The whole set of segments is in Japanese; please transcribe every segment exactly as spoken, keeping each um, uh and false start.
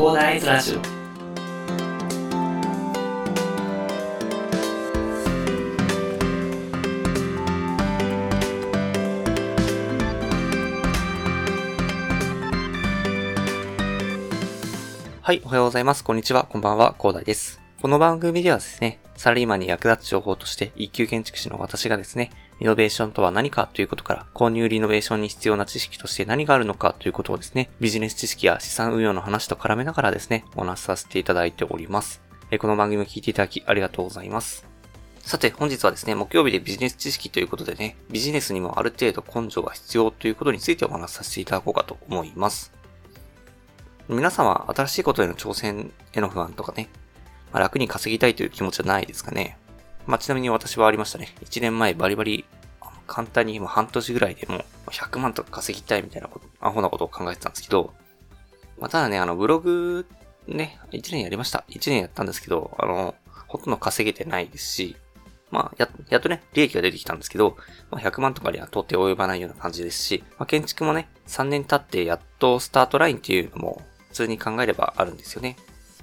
コーダーイズラジオ。はい、おはようございます。こんにちは。こんばんは。コーダイです。この番組ではですね、サラリーマンに役立つ情報として一級建築士の私がですね、リノベーションとは何かということから、購入リノベーションに必要な知識として何があるのかということをですね、ビジネス知識や資産運用の話と絡めながらですね、お話しさせていただいております。この番組を聞いていただきありがとうございます。さて、本日はですね、木曜日でビジネス知識ということでね、ビジネスにもある程度根性が必要ということについてお話しさせていただこうかと思います。皆さんは新しいことへの挑戦への不安とかね、まあ、楽に稼ぎたいという気持ちはないですかね。まあ、ちなみに私はありましたね。いちねんまえバリバリ簡単にもう半年ぐらいでもうひゃくまんとか稼ぎたいみたいなこと、アホなことを考えてたんですけど、まあ、ただね、あのブログね、いちねんやりました。いちねんやったんですけど、あの、ほとんど稼げてないですし、まあ、や、やっとね、利益が出てきたんですけど、まあ、ひゃくまんとかには到底及ばないような感じですし、まあ、建築もね、さんねん経ってやっとスタートラインっていうのも普通に考えればあるんですよね。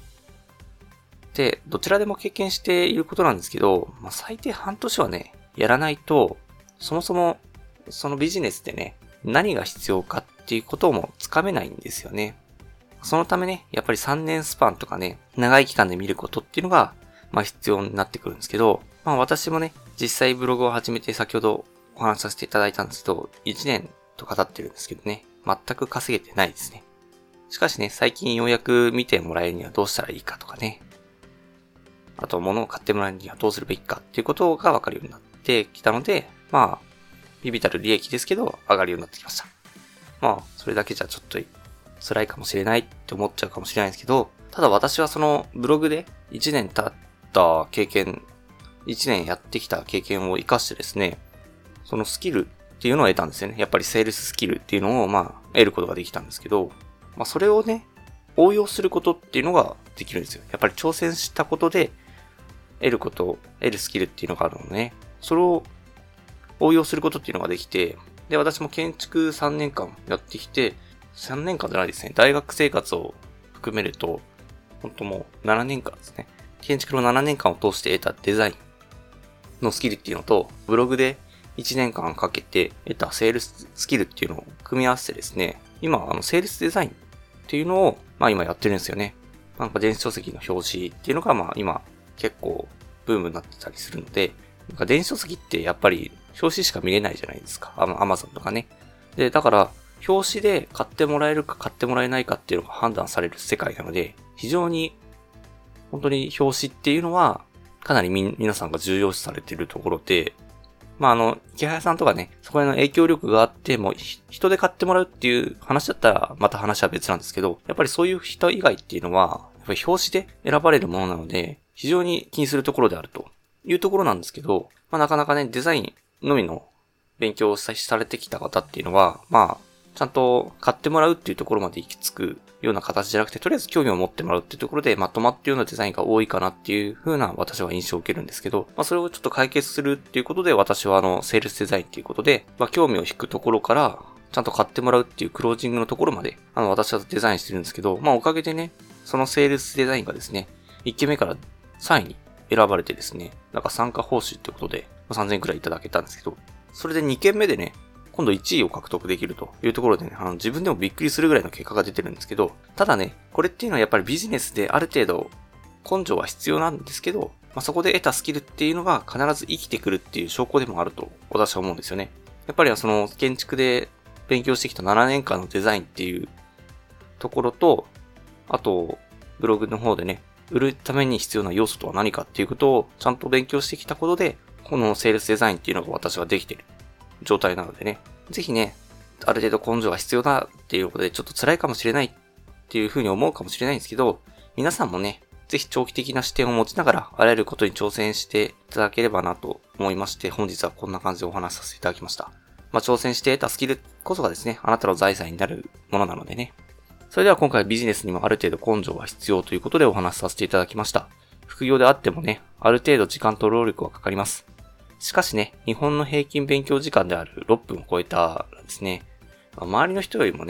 で、どちらでも経験していることなんですけど、まあ、最低半年はね、やらないと、そもそもそのビジネスでね、何が必要かっていうこともつかめないんですよね。そのためね、やっぱりさんねんスパンとかね、長い期間で見ることっていうのが、まあ必要になってくるんですけど、まあ私もね、実際ブログを始めて先ほどお話しさせていただいたんですけど、いちねんとか経ってるんですけどね、全く稼げてないですね。しかしね、最近ようやく見てもらえるにはどうしたらいいかとかね、あと物を買ってもらえるにはどうするべきかっていうことがわかるようになってきたので、まあ、ビビたる利益ですけど上がるようになってきました。まあ、それだけじゃちょっと辛いかもしれないって思っちゃうかもしれないんですけど、ただ私はそのブログでいちねん経った経験、いちねんやってきた経験を活かしてですね、そのスキルっていうのを得たんですよね。やっぱりセールススキルっていうのをまあ得ることができたんですけど、まあそれをね、応用することっていうのができるんですよ。やっぱり挑戦したことで得ること、得るスキルっていうのがあるのでね、それを応用することっていうのができて、で、私も建築さんねんかんやってきて、さんねんかんじゃないですね。大学生活を含めると、本当もうななねんかんですね。建築のななねんかんを通して得たデザインのスキルっていうのと、ブログでいちねんかんかけて得たセールススキルっていうのを組み合わせてですね、今、あの、セールスデザインっていうのを、まあ今やってるんですよね。なんか電子書籍の表紙っていうのが、まあ今、結構ブームになってたりするので、なんか電子書籍ってやっぱり表紙しか見れないじゃないですか。あの、アマゾンとかね。で、だから、表紙で買ってもらえるか買ってもらえないかっていうのが判断される世界なので、非常に、本当に表紙っていうのは、かなりみ、皆さんが重要視されているところで、まあ、あの、池早さんとかね、そこへの影響力があって、もう、人で買ってもらうっていう話だったら、また話は別なんですけど、やっぱりそういう人以外っていうのは、やっぱり表紙で選ばれるものなので、非常に気にするところであるというところなんですけど、まあ、なかなかね、デザインのみの勉強をされてきた方っていうのは、まあ、ちゃんと買ってもらうっていうところまで行き着くような形じゃなくて、とりあえず興味を持ってもらうっていうところでまとまっているようなデザインが多いかなっていう風な私は印象を受けるんですけど、まあそれをちょっと解決するっていうことで、私はあの、セールスデザインっていうことで、まあ興味を引くところから、ちゃんと買ってもらうっていうクロージングのところまで、あの、私はデザインしてるんですけど、まあおかげでね、そのセールスデザインがですね、いっけんめからさんいに選ばれてですね、なんか参加報酬ってことで、さんぜんえんくらいいただけたんですけど、それでにけんめでね、今度いちいを獲得できるというところでね、あの自分でもびっくりするぐらいの結果が出てるんですけど、ただね、これっていうのはやっぱりビジネスである程度根性は必要なんですけど、まあ、そこで得たスキルっていうのが必ず生きてくるっていう証拠でもあると私は思うんですよね。やっぱりその建築で勉強してきたななねんかんのデザインっていうところと、あとブログの方でね、売るために必要な要素とは何かっていうことをちゃんと勉強してきたことで、このセールスデザインっていうのが私はできている状態なのでね、ぜひね、ある程度根性が必要だっていうことでちょっと辛いかもしれないっていうふうに思うかもしれないんですけど、皆さんもね、ぜひ長期的な視点を持ちながらあらゆることに挑戦していただければなと思いまして、本日はこんな感じでお話しさせていただきました。まあ挑戦して得たスキルこそがですね、あなたの財産になるものなのでね。それでは今回ビジネスにもある程度根性が必要ということでお話しさせていただきました。副業であってもね、ある程度時間と労力はかかります。しかしね、日本の平均勉強時間であるろっぷんを超えたらですね、周りの人よりもね、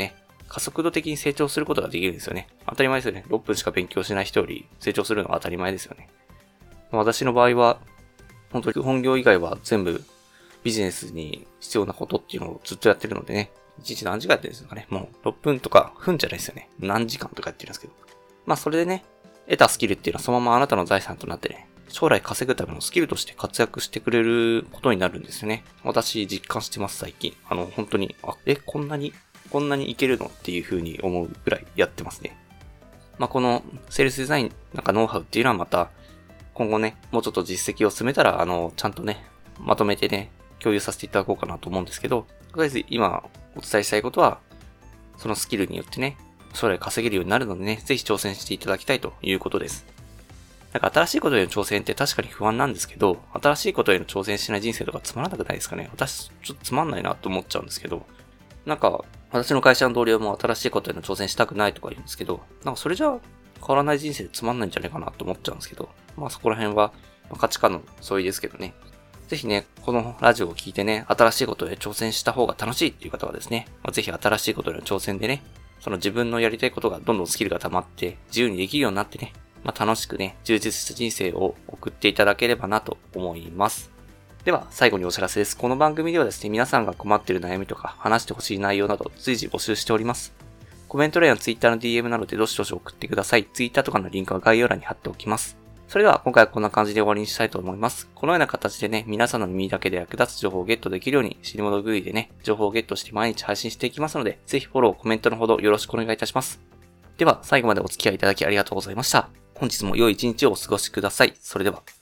加速度的に成長することができるんですよね。当たり前ですよね。ろっぷんしか勉強しない人より成長するのは当たり前ですよね。私の場合は、本当に本業以外は全部ビジネスに必要なことっていうのをずっとやってるのでね、いちにち何時間やってるんですかね。もうろっぷんとか分じゃないですよね。何時間とかやってるんですけど。まあそれでね、得たスキルっていうのはそのままあなたの財産となってね、将来稼ぐためのスキルとして活躍してくれることになるんですよね。私実感してます、最近。あの、本当に、あ、え、こんなに、こんなにいけるのっていう風に思うくらいやってますね。まあこのセールスデザインなんかノウハウっていうのはまた、今後ね、もうちょっと実績を進めたら、あの、ちゃんとね、まとめてね、共有させていただこうかなと思うんですけど、とりあえず今お伝えしたいことは、そのスキルによってね、将来稼げるようになるのでね、ぜひ挑戦していただきたいということです。なんか新しいことへの挑戦って確かに不安なんですけど、新しいことへの挑戦しない人生とかつまらなくないですかね。私、ちょっとつまんないなと思っちゃうんですけど、なんか、私の会社の同僚も新しいことへの挑戦したくないとか言うんですけど、なんかそれじゃ変わらない人生でつまんないんじゃないかなと思っちゃうんですけど、まあそこら辺は価値観の相違ですけどね。ぜひね、このラジオを聞いてね、新しいことへ挑戦した方が楽しいっていう方はですね、まあ、ぜひ新しいことへの挑戦でね、その自分のやりたいことがどんどんスキルが溜まって自由にできるようになってね、まあ楽しくね、充実した人生を送っていただければなと思います。では、最後にお知らせです。この番組ではですね、皆さんが困っている悩みとか話してほしい内容など随時募集しております。コメント欄や Twitter の ディーエム などでどしどし送ってください。Twitter とかのリンクは概要欄に貼っておきます。それでは今回はこんな感じで終わりにしたいと思います。このような形でね、皆さんの耳だけで役立つ情報をゲットできるように、死に物狂いでね、情報をゲットして毎日配信していきますので、ぜひフォロー、コメントのほどよろしくお願いいたします。では、最後までお付き合いいただきありがとうございました。本日も良い一日をお過ごしください。それでは。